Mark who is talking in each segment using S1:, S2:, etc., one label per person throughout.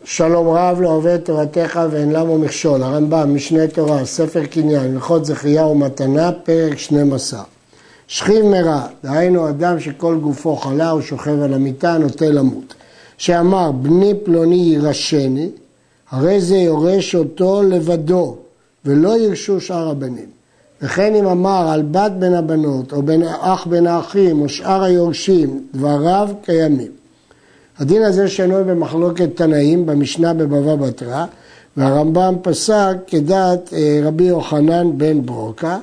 S1: שלום רב לא אוהב את תורתך ואין למו מכשול. הרמב"ם, משנה תורה, ספר קניין, הלכות זכייה ומתנה, פרק 12. שכיב מרע, דהיינו אדם שכל גופו חלה או שוכב על המיטה נוטה למות. שאמר בני פלוני ירשני, הרי זה יורש אותו לבדו ולא ירשו שאר הבנים. וכן אם אמר על בת בין הבנות או אח בין האחים או שאר היורשים, דבריו קיימים. הדין הזה שנוי במחלוקת תנאים במשנה בבבא בתרא, והרמב"ם פסק כדעת רבי יוחנן בן ברוקה,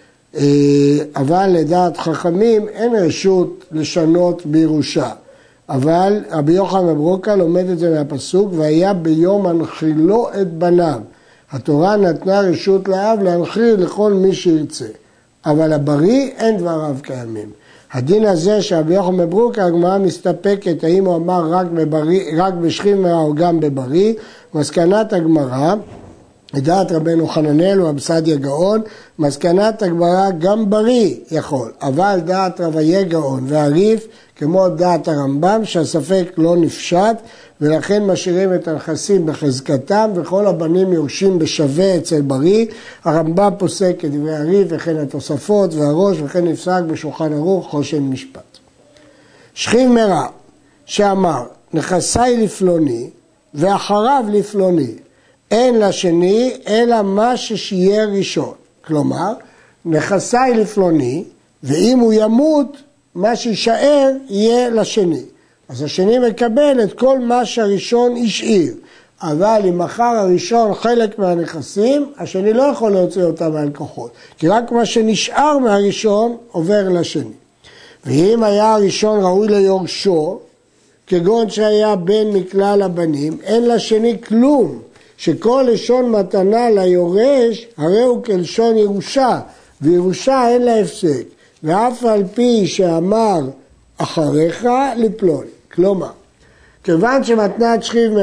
S1: אבל לדעת חכמים אין רשות לשנות בירושה. אבל רבי יוחנן בן ברוקה לומד את זה מהפסוק, והיה ביום הנחילו את בניו. התורה נתנה רשות לאב להנחיל לכל מי שירצה, אבל הבריא אין דבריו קיימים. הדין הזה שרבי יוחנן בן ברוקה, הגמרא מסתפקת האם הוא אמר רק בשכיב מרע או גם בבריא. מסקנת הגמרא, לדעת רבנו חננאל הוא אבסדיה גאון, מסקנת הגמרא גם בריא יכול, אבל דעת רביי גאון והריף כמו דעת הרמב"ם שהספק לא נפשט, ולכן משאירים את הנכסים בחזקתם וכל הבנים יורשים בשווה אצל בריא. הרמב"ם פוסק כדברי הריף וכן התוספות והראש, וכן נפסק בשולחן ערוך חושן משפט. שכיב מרע שאמר נכסי לפלוני ואחריו לפלוני, אין לשני אלא מה ששיהיה ראשון. כלומר, נכסי לפלוני, ואם הוא ימות, מה שישאר יהיה לשני. אז השני מקבל את כל מה שהראשון השאיר. אבל אם מכר הראשון חלק מהנכסים, השני לא יכול להוציא אותם מהלקוחות. כי רק מה שנשאר מהראשון עובר לשני. ואם היה הראשון ראוי ליורשו, כגון שהיה בן מכלל הבנים, אין לשני כלום. שכל לשון מתנה ליורש, הרי הוא כלשון ירושה, וירושה אין לה הפסק. ואף על פי שאמר אחריך לפלוני. כלומר, כיוון שהמתנת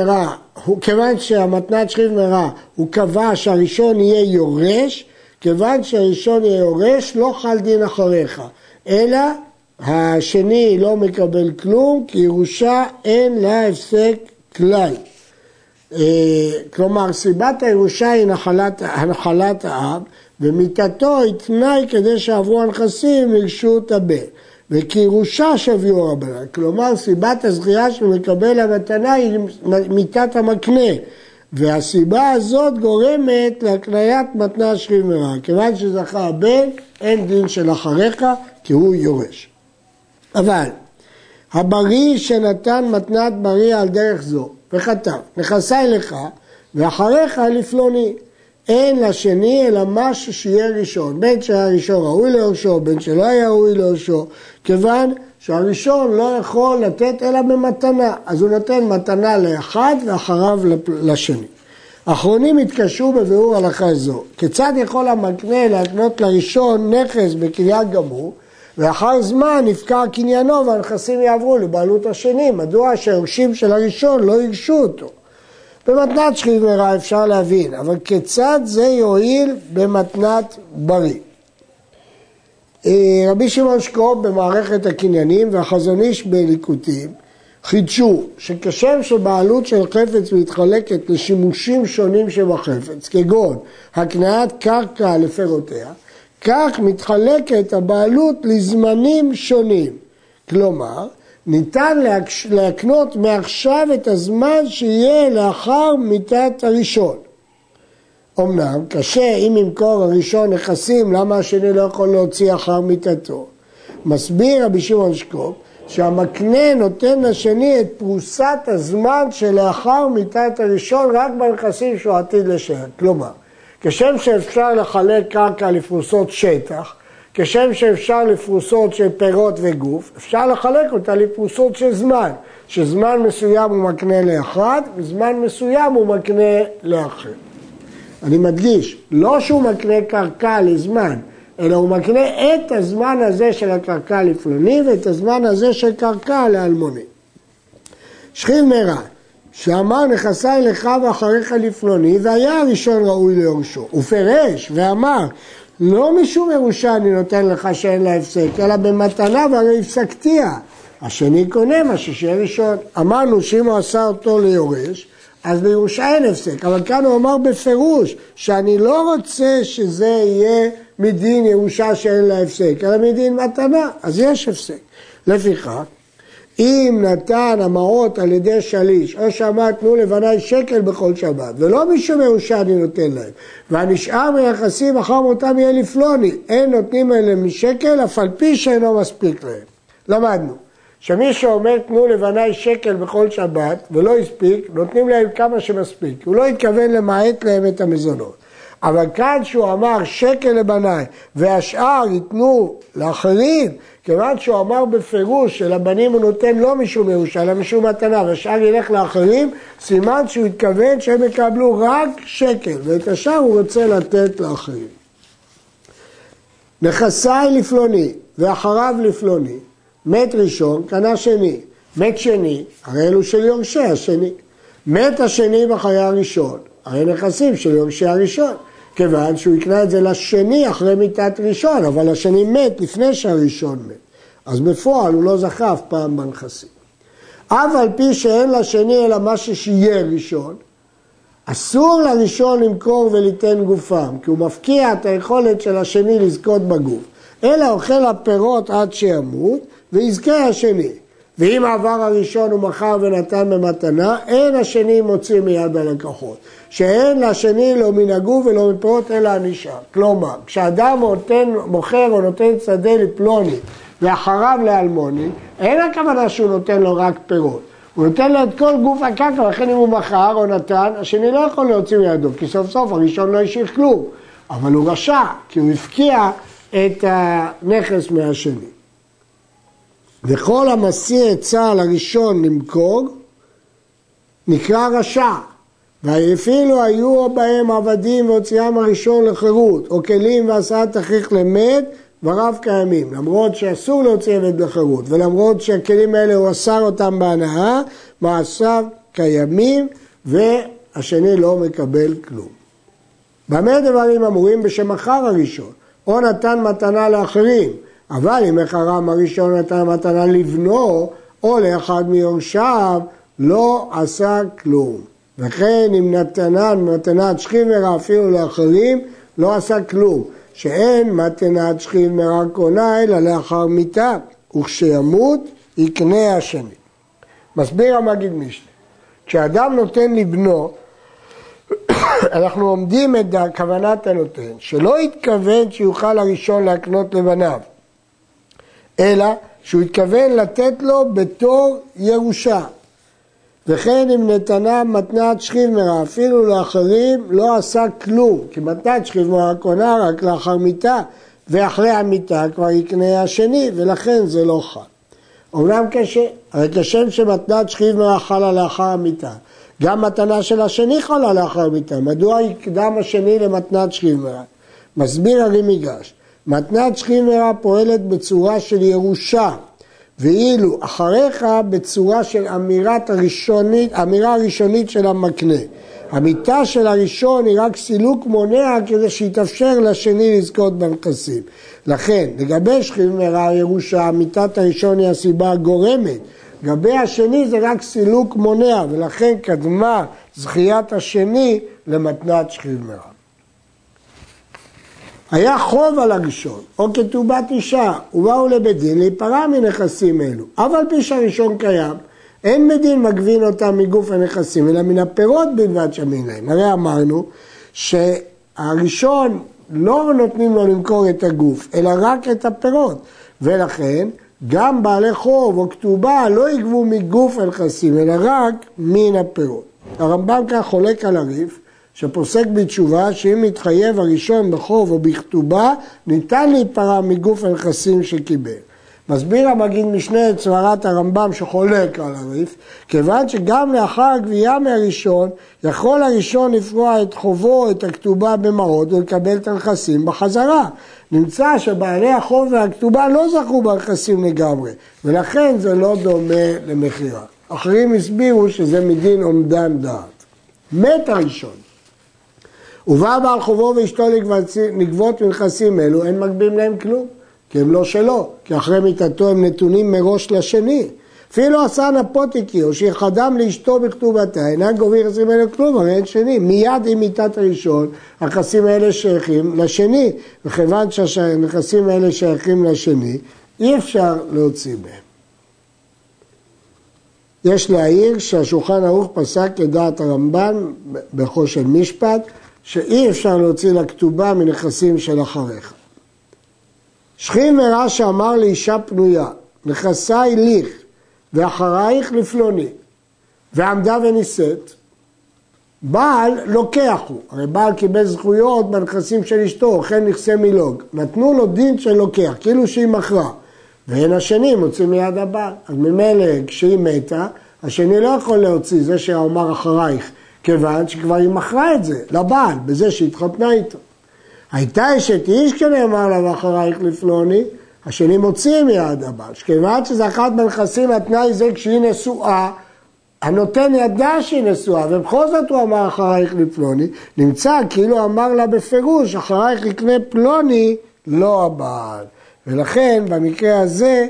S1: שכיב מרע הוא קבע שהראשון יהיה יורש, כיוון שהראשון יהיה יורש לא חל דין אחריך, אלא השני לא מקבל כלום, כי ירושה אין לה הפסק כלל. כלומר, סיבת הירושה היא נחלת האב, ומיתתו היא תנאי כדי שעברו הנכסים לרשות הבן. וכי ירושה שביעו רבנן. כלומר, סיבת הזכייה שמקבל המתנה היא מיתת המקנה. והסיבה הזאת גורמת להקניית מתנה שכיב מרע. כיוון שזכה הבן, אין דין של אחריך, כי הוא יורש. אבל, הבריא שנתן מתנת בריא על דרך זו, וכתב, נכסי לך, ואחריך לפלוני. אין לשני אלא משהו שיהיה ראשון, בין שהיה ראשון ראוי ליורשו, בין שלא היה ראוי ליורשו, כיוון שהראשון לא יכול לתת אלא במתנה, אז הוא נותן מתנה לאחד ואחריו לשני. האחרונים התקשו בביאור הלכה זו, כיצד יכול המקנה להקנות לראשון נכס בקניין גמור, ואחר זמן נפקע קניינו והנכסים יעברו לבעלות השני, מדוע שהיורשים של הראשון לא ירשו אותו. במתנת שכיב מרע אפשר להבין, אבל כיצד זה יועיל במתנת בריא? רבי שמעון שקוב במערכת הקניינים והחזון איש בליקוטים חידשו שכשם שבעלות של חפץ מתחלקת לשימושים שונים שבחפץ, כגון הקניית קרקע לפירותיה, כך מתחלקת הבעלות לזמנים שונים. כלומר, ניתן להקנות מעכשיו את הזמן שיהיה לאחר מיתת הראשון. אמנם, קשה אם ימכור הראשון נכסים, למה השני לא יכול להוציא אחר מיתתו. מסביר רבי שמעון שקוב שהמקנה נותן לשני את פרוסת הזמן שלאחר מיתת הראשון רק בנכסים שהוא עתיד לשרת. כלומר, כשם שאפשר לחלק קרקע לפרוסות שטח, כשם שאפשר לפרוסות של פירות וגוף, אפשר לחלק אותה לפרוסות של זמן, שזמן מסוים הוא מקנה לאחד, וזמן מסוים הוא מקנה לאחר. אני מדגיש, לא שהוא מקנה קרקע לזמן, אלא הוא מקנה את הזמן הזה של הקרקע לפלוני, ואת הזמן הזה של קרקע לאלמוני. שכיב מרע, שאמר נכסי לך ואחריך לפלוני, והיה הראשון ראוי ליורשו. הוא פירש ואמר, לא משום ירושה אני נותן לך שאין לה הפסק, אלא במתנה והרי הפסקתיה. השני קונה מה שיהיה ראשון. אמרנו שאם הוא עשה אותו ליורש, אז בירושה אין הפסק, אבל כאן הוא אמר בפירוש שאני לא רוצה שזה יהיה מדין ירושה שאין לה הפסק, אלא מדין מתנה, אז יש הפסק. לפיכך, אם נתן המעות על ידי שליש, או שאמר תנו לבניי שקל בכל שבת, ולא משום ירושה אני נותן להם, והנשאר מיחסים אחר מותם יהיה לפלוני, אין נותנים אליהם משקל, אף על פי שאינו מספיק להם. למדנו, שמי שאומר תנו לבניי שקל בכל שבת, ולא הספיק, נותנים להם כמה שמספיק, הוא לא התכוון למעט להם את המזונות. אבל כאן שהוא אמר שקל לבניי, והשאר ייתנו לאחרים, כיוון שהוא אמר בפירוש שלבנים הוא נותן לא משום ירושה, אלא משום מתנה, והשאר ילך לאחרים, סימן שהוא התכוון שהם יקבלו רק שקל, ואת השאר הוא רוצה לתת לאחרים. נכסיי לפלוני, ואחריו לפלוני, מת ראשון, קנה שני, מת שני, הרי אלו של יורשי השני, מת השני בחיי הראשון, הרי נכסים של יורשי הראשון, כיוון שהוא יקנה את זה לשני אחרי מיתת ראשון, אבל השני מת לפני שהראשון מת. אז בפועל הוא לא זכה אף פעם בנכסים. אף על פי שאין לשני אלא מה ששיהיה ראשון, אסור לראשון למכור וליתן גופם, כי הוא מפקיע את היכולת של השני לזכות בגוף, אלא אוכל הפירות עד שימות ויזכה השני. ואם עבר הראשון הוא מכר ונתן במתנה, אין השני מוציא מיד הלקוחות. שאין לשני לא מן הגוף ולא מפירות אלא הנשאר. כלומר, כשאדם מוכר או נותן שדה לפלוני ואחריו לאלמוני, אין הכוונה שהוא נותן לו רק פירות. הוא נותן לו את כל גוף הקרקע, לכן אם הוא מכר או נתן, השני לא יכול להוציא מידו, כי סוף סוף הראשון לא ישאיר כלום. אבל הוא רשע, כי הוא הפקיע את הנכס מהשני. וכל המשיא עצה לראשון למכור, נקרא רשע. ואפילו היו בהם עבדים והוציאם הראשון לחירות, או כלים ועשאת תכריך למת, ורב קיימים. למרות שאסור להוציא עבד לחירות, ולמרות שהכלים האלה הוא אסר אותם בהנאה, מעשיו קיימים, והשני לא מקבל כלום. במה דברים אמורים? בשמכר הראשון, או נתן מתנה לאחרים, אבל אם החרם הראשון נתן מתנה לבנו, או לאחד מיורשיו, לא עשה כלום. וכן אם נתנן מתנת שכיב מרע אפילו לאחרים, לא עשה כלום. שאין מתנת שכיב מרע קונה אלא לאחר מיתה, וכשימות יקנה השני. מסביר המגיד משנה, כשאדם נותן לבנו, אנחנו עומדים את כוונת הנותן, שלא התכוון שיוכל הראשון להקנות לבניו, אלא שהוא התכוון לתת לו בתור ירושה. וכן אם נתנה מתנת שכיב מרע אפילו לאחרים לא עשה כלום, כי מתנת שכיב מרע קונה רק לאחר מיתה, ואחרי המיתה כבר יקנה השני, ולכן זה לא חל. אומנם קשה, הרי כשם שמתנת שכיב מרע חלה לאחר המיתה, גם מתנה של השני חלה לאחר מיתה. מדוע יקדם השני למתנת שכיב מרע? מסביר הרי מיגש, מתנת שכיב מרע פועלת בצורה של ירושה, ואילו אחריך בצורה של אמירה הראשונית של המקנה. המיתה של הראשון היא רק סילוק מונע כדי שיתאפשר לשני לזכות בנכסים. לכן, לגבי שכיב מרע ירושה, מיתת הראשון היא הסיבה הגורמת. לגבי השני זה רק סילוק מונע, ולכן קדמה זכיית השני למתנת שכיב מרע. היה חוב על הראשון, או כתובת אישה, ובאו לבית דין להיפרע מנכסים אלו. אבל פי שהראשון קיים, אין בדין מגבין אותם מגוף הנכסים, אלא מן הפירות בלבד שמין להם. הרי אמרנו שהראשון לא נותנים לו למכור את הגוף, אלא רק את הפירות. ולכן גם בעלי חוב או כתובה לא יגבו מגוף הנכסים, אלא רק מן הפירות. הרמב"ם כך חולק על הריף, שפוסק בתשובה שאם מתחייב הראשון בחוב או בכתובה, ניתן להיפרע מגוף הנכסים שקיבל. מסביר המגיד משנה את סברת הרמב"ם שחולק על הריף, כיוון שגם לאחר גבייה מהראשון, יכול הראשון לפרוע את חובו, את הכתובה במעות, ולקבל את הנכסים בחזרה. נמצא שבעלי החוב והכתובה לא זכו בנכסים לגמרי, ולכן זה לא דומה למכירה. אחרים הסבירו שזה מדין עומדן דעת. מת הראשון. ובא בעל חובו ואשתו לגבות מנכסים אלו, אין מגבים להם כלום, כי הם לא שלו, כי אחרי מיתתו הם נתונים מראש לשני. אפילו עשה נפוטיקי או שיחדם לאשתו בכתובתה, אינן גובים נכסים האלה כלום, הרי אין שני. מיד עם מיתת הראשון, הנכסים האלה שייכים לשני, וכיוון שהנכסים האלה שייכים לשני, אי אפשר להוציא מהם. יש להעיר שהשולחן ערוך פסק כדעת הרמב"ן בחושן משפט, שאי אפשר להוציא לכתובה מנכסים של אחריך. שכיב מרע שאמר לאישה פנויה, נכסי ליך ואחרייך לפלוני, ועמדה ונישאת, בעל לוקח הוא, הרי בעל קיבל זכויות בנכסים של אשתו, וכן נכסי מילוג, נתנו לו דין של לוקח, כאילו שהיא מכרה, והן השני מוצאים מיד הבעל, אז ממילא כשהיא מתה, השני לא יכול להוציא זה שאומר אחרייך, כיוון שכבר היא מכרה את זה לבעל, בזה שהתחתנה איתו. הייתה אשת איש כשנאמר לה ואחרייך לפלוני, השני מוציא מיד הבעל, שכיוון שזה אחת בנכסים התנאי זה כשהיא נשואה, הנותן ידע שהיא נשואה, ובכל זאת הוא אמר אחרייך לפלוני, נמצא כאילו אמר לה בפירוש, אחרייך לקנה פלוני, לא הבעל. ולכן במקרה הזה,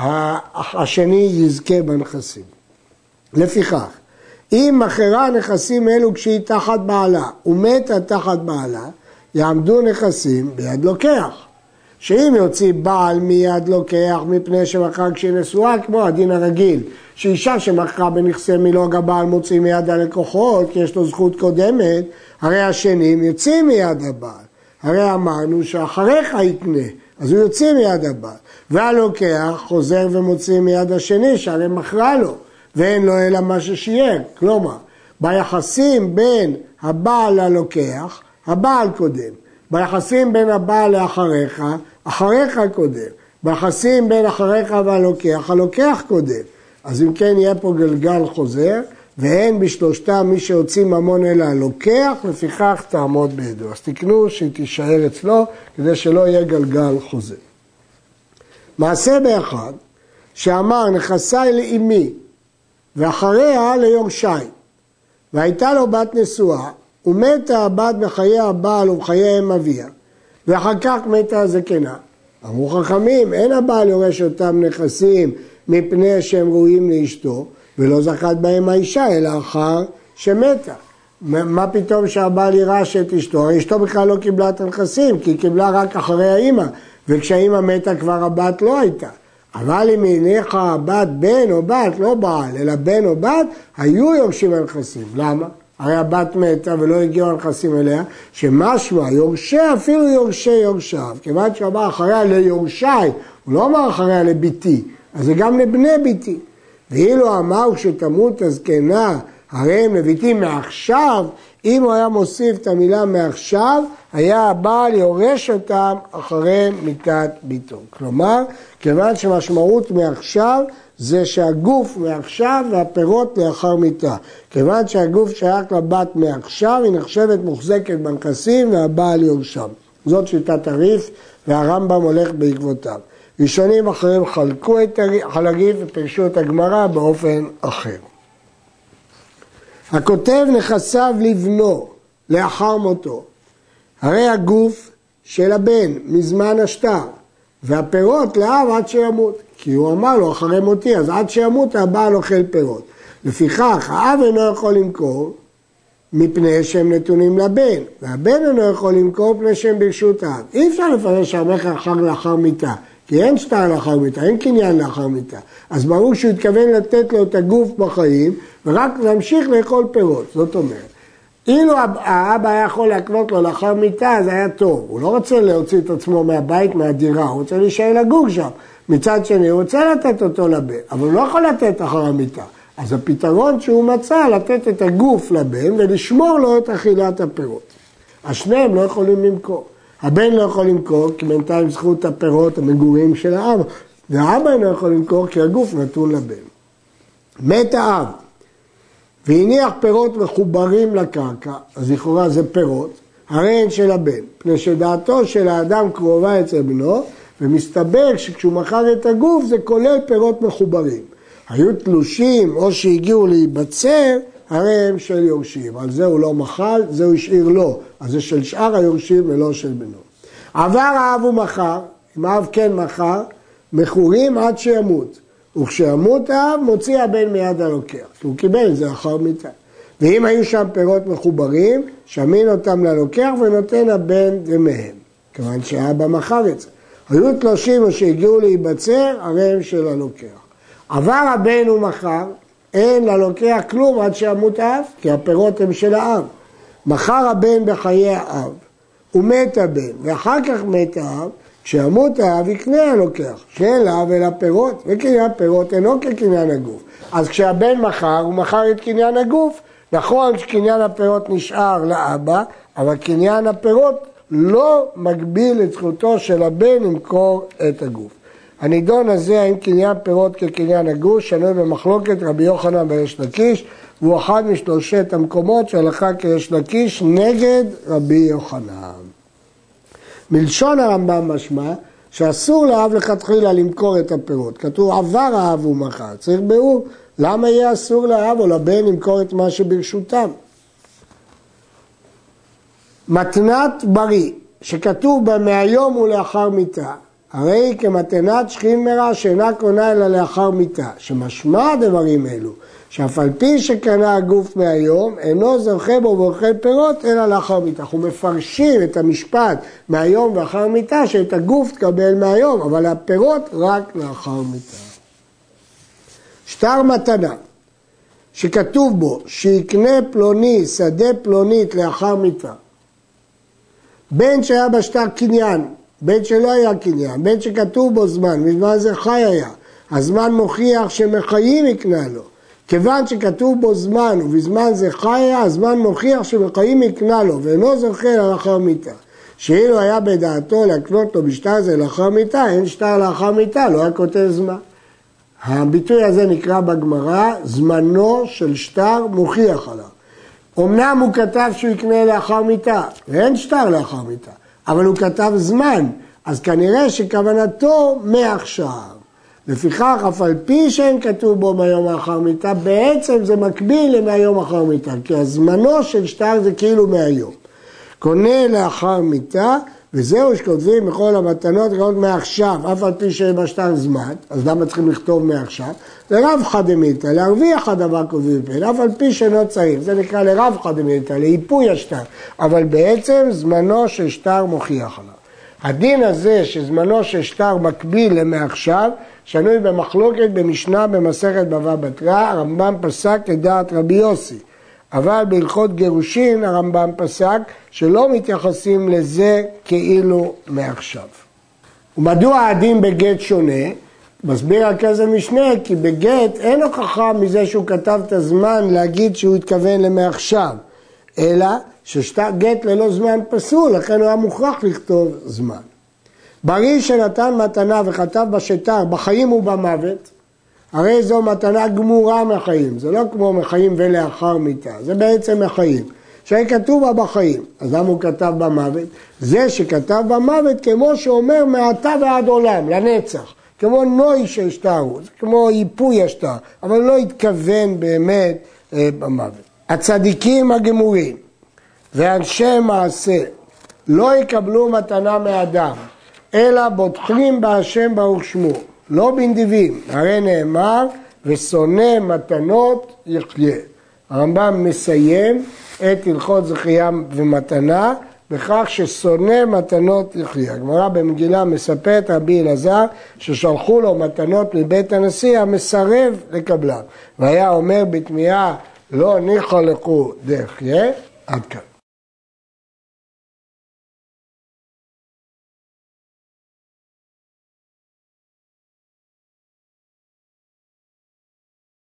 S1: השני יזכה בנכסים. לפיכך, אם מכרה נכסים אלו כשהיא תחת בעלה, ומתה תחת בעלה, יעמדו נכסים ביד לוקח. שאם יוציא בעל מיד לוקח מפני שמכרה כשהיא נשואה, כמו הדין הרגיל, שאישה שמכרה בנכסי מילוג הבעל מוציא מיד הלקוחות, כי יש לו זכות קודמת, הרי השנים יוצאים מיד הבעל. הרי אמרנו שאחריך יקנה, אז הוא יוציא מיד הבעל. והלוקח חוזר ומוציא מיד השני, שהרי מכרה לו, ואין לו אלא מה ששייר. כלומר, ביחסים בין הבעל ללוקח, הבעל קודם. ביחסים בין הבעל לאחריך, אחריך קודם. ביחסים בין אחריך והלוקח, הלוקח קודם. אז אם כן יהיה פה גלגל חוזר, ואין בשלושתם מי שהוציא ממון אלא הלוקח, לפיכך תעמוד בידו. אז תקנו שהיא תישאר אצלו, כדי שלא יהיה גלגל חוזר. מעשה באחד, שאמר נכסי לאמי, ואחריה ליורשי, והייתה לו בת נשואה, ומתה הבת בחיי הבעל ובחיי אם אביה, ואחר כך מתה הזקנה. אמרו חכמים, אין הבעל יורש אותם נכסים מפני שהם ראויים לאשתו, ולא זכת בהם האישה, אלא אחר שמתה. מה פתאום שהבעל ירש את אשתו? הרי אשתו בכלל לא קיבלה את הנכסים, כי היא קיבלה רק אחרי האמא, וכשהאמא מתה כבר הבת לא הייתה. אבל אם הניחה הבת בן או בת, לא בעל, אלא בן או בת, היו יורשים הנכסים. למה? הרי הבת מתה ולא הגיעו הנכסים אליה, שמשמע יורשי אפילו יורשי יורשיו, כיוון שהוא אמר אחריה ליורשי, הוא לא אמר אחריה לביתי, אז זה גם לבני ביתי. ואילו אמר שתמות הזקנה, הרי הם לביתי מעכשיו, אם הוא היה מוסיף את המילה מעכשיו, היה הבעל יורש אותם אחרי מיתת ביתו. כלומר, כיוון שמשמעות מעכשיו, זה שהגוף מעכשיו והפירות לאחר מיתה. כיוון שהגוף שייך לבת מעכשיו, היא נחשבת מוחזקת בנכסים והבעל יורשם. זאת שיטת הריף, והרמב"ם הולך בעקבותיו. ראשונים אחרים חלקו את החלקים ופרשו את הגמרא באופן אחר. הכותב נכסיו לבנו לאחר מותו. הרי הגוף של הבן מזמן השטר, והפירות לאב עד שימות. כי הוא אמר לו אחרי מותי, אז עד שימות הבעל אוכל פירות. לפיכך האב אינו יכול למכור מפני שהם נתונים לבן, והבן אינו יכול למכור מפני שהם ברשות האב. אי אפשר לפרש שהמכר אחר לאחר מיתה, כי אין שטר לאחר מיתה, אין קניין לאחר מיתה. אז ברור שהוא התכוון לתת לו את הגוף בחיים, ורק להמשיך לאכול פירות. זאת אומרת, אילו האבא היה יכול להקנות לו לאחר מיתה, אז היה טוב. הוא לא רוצה להוציא את עצמו מהבית, מהדירה, הוא רוצה להישאר לגור שם. מצד שני, הוא רוצה לתת אותו לבן, אבל הוא לא יכול לתת אחר המיתה. אז הפתרון שהוא מצא, לתת את הגוף לבן ולשמור לו את אכילת הפירות. השניהם לא יכולים למכור. הבן לא יכול למכור, כי בינתיים זכות הפירות המגורים של האבא, והאבא לא יכול למכור, כי הגוף נתון לבן. מת האב, והניח פירות מחוברים לקרקע, אז לכאורה זה פירות, הרי הן של הבן, פני שדעתו של האדם קרובה אצל בנו, ומסתבר שכשהוא מכר את הגוף זה כולל פירות מחוברים. היו תלושים או שהגיעו להיבצר, הרי הם של יורשים. על זה הוא לא מחל, זה הוא השאיר לו. אז זה של שאר היורשים ולא של בנו. עבר האב ומחר, אם האב כן מחר, מכורים עד שימות. וכשימות האב מוציא הבן מיד הלוקח, כי הוא קיבל את זה אחר מיתה. ואם היו שם פירות מחוברים, שמין אותם ללוקח ונותן הבן דמיהם, כיוון שהאבא מכר את זה. היו תלושים או שהגיעו להיבצר, הרי הם של הלוקח. עבר הבן ומכר, אין ללוקח כלום עד שימות האב, כי הפירות הם של האב. מכר הבן בחיי האב, ומת הבן, ואחר כך מת האב, כשימות האב יקנה הלוקח, שאין לאב אלא פירות, וקניין פירות אינו כקניין הגוף. אז כשהבן מכר, הוא מכר את קניין הגוף, נכון שקניין הפירות נשאר לאבא, אבל קניין הפירות לא מגביל את זכותו של הבן למכור את הגוף. הנידון הזה, האם קניין פירות כקניין הגוף, שנוי במחלוקת רבי יוחנן בריש לקיש, והוא אחד משלושת המקומות שהלכה כריש לקיש נגד רבי יוחנן. מלשון הרמב"ם משמע שאסור לאב לכתחילה למכור את הפירות. כתוב עבר האב ומכר, צריך ביאור. למה יהיה אסור לאב או לבן למכור את מה שברשותם? מתנת בריא, שכתוב בה מהיום ולאחר מיתה, הרי היא כמתנת שכין מרע שאינה קונה אלא לאחר מיתה, שמשמע דברים אלו, שאף על פי שקנה הגוף מהיום, אינו זוכה בו ואוכל פירות אלא לאחר מיתה. אנחנו מפרשים את המשפט מהיום ואחר מיתה, שאת הגוף תקבל מהיום, אבל הפירות רק לאחר מיתה. שטר מתנה, שכתוב בו שיקנה פלוני שדה פלונית לאחר מיתה, בין שהיה בשטר קניין, בין שלא היה קניין, בין שכתוב בו זמן, בזמן זה חי היה, הזמן מוכיח שמחיים יקנה לו. כיוון שכתוב בו זמן ובזמן זה חי היה, הזמן מוכיח שמחיים יקנה לו, ואינו זוכה לאחר מיתה. שאילו היה בדעתו להקנות לו בשטר זה לאחר מיתה, אין שטר לאחר מיתה, לא היה כותב זמן. הביטוי הזה נקרא בגמרא, זמנו של שטר מוכיח עליו. אמנם הוא כתב שהוא יקנה לאחר מיתה, ואין שטר לאחר מיתה, אבל הוא כתב זמן, אז כנראה שכוונתו מעכשיו. לפיכך, אף על פי שאין כתוב בו מהיום האחר מיתה, בעצם זה מקביל למהיום האחר מיתה, כי הזמנו של שטר זה כאילו מהיום. קונה לאחר מיתה, וזהו שכותבים בכל המתנות ראות מעכשיו, אף על פי שאין בשטר זמן, אז למה צריכים לכתוב מעכשיו? לרבחא דמיתא, להרוויח הדבר כותבים פן, אף על פי שאינו צריך, זה נקרא לרבחא דמיתא, להיפוי השטר, אבל בעצם זמנו של שטר מוכיח עליו. הדין הזה שזמנו של שטר מקביל למעכשיו, שנוי במחלוקת במשנה במסכת בבא בתרא, הרמב"ם פסק כדעת רבי יוסי. אבל בהלכות גירושין הרמב"ם פסק שלא מתייחסים לזה כאילו מעכשיו. ומדוע הדין בגט שונה? מסביר הכסף משנה, כי בגט אין הוכחה מזה שהוא כתב את הזמן להגיד שהוא התכוון למעכשיו, אלא שגט ללא זמן פסול, לכן הוא היה מוכרח לכתוב זמן. בריא שנתן מתנה וכתב בשטר בחיים ובמוות, הרי זו מתנה גמורה מחיים, זה לא כמו מחיים ולאחר מיתה, זה בעצם מחיים. שכתוב בה בחיים, אז למה הוא כתב במוות? זה שכתב במוות כמו שאומר מעתה ועד עולם, לנצח, כמו נוי של שטר, כמו ייפוי השטר, אבל לא התכוון באמת במוות. הצדיקים הגמורים ואנשי מעשה לא יקבלו מתנה מאדם, אלא בוטחים בהשם ברוך שמו. לא בנדיבים, הרי נאמר, ושונא מתנות יחיה. הרמב"ם מסיים את הלכות זכייה ומתנה, בכך ששונא מתנות יחיה. הגמרא במגילה מספרת רבי אלעזר, ששלחו לו מתנות מבית הנשיא, המסרב לקבלם. והיה אומר בתמיהה, לא ניחא לכו דחיה, עד כאן.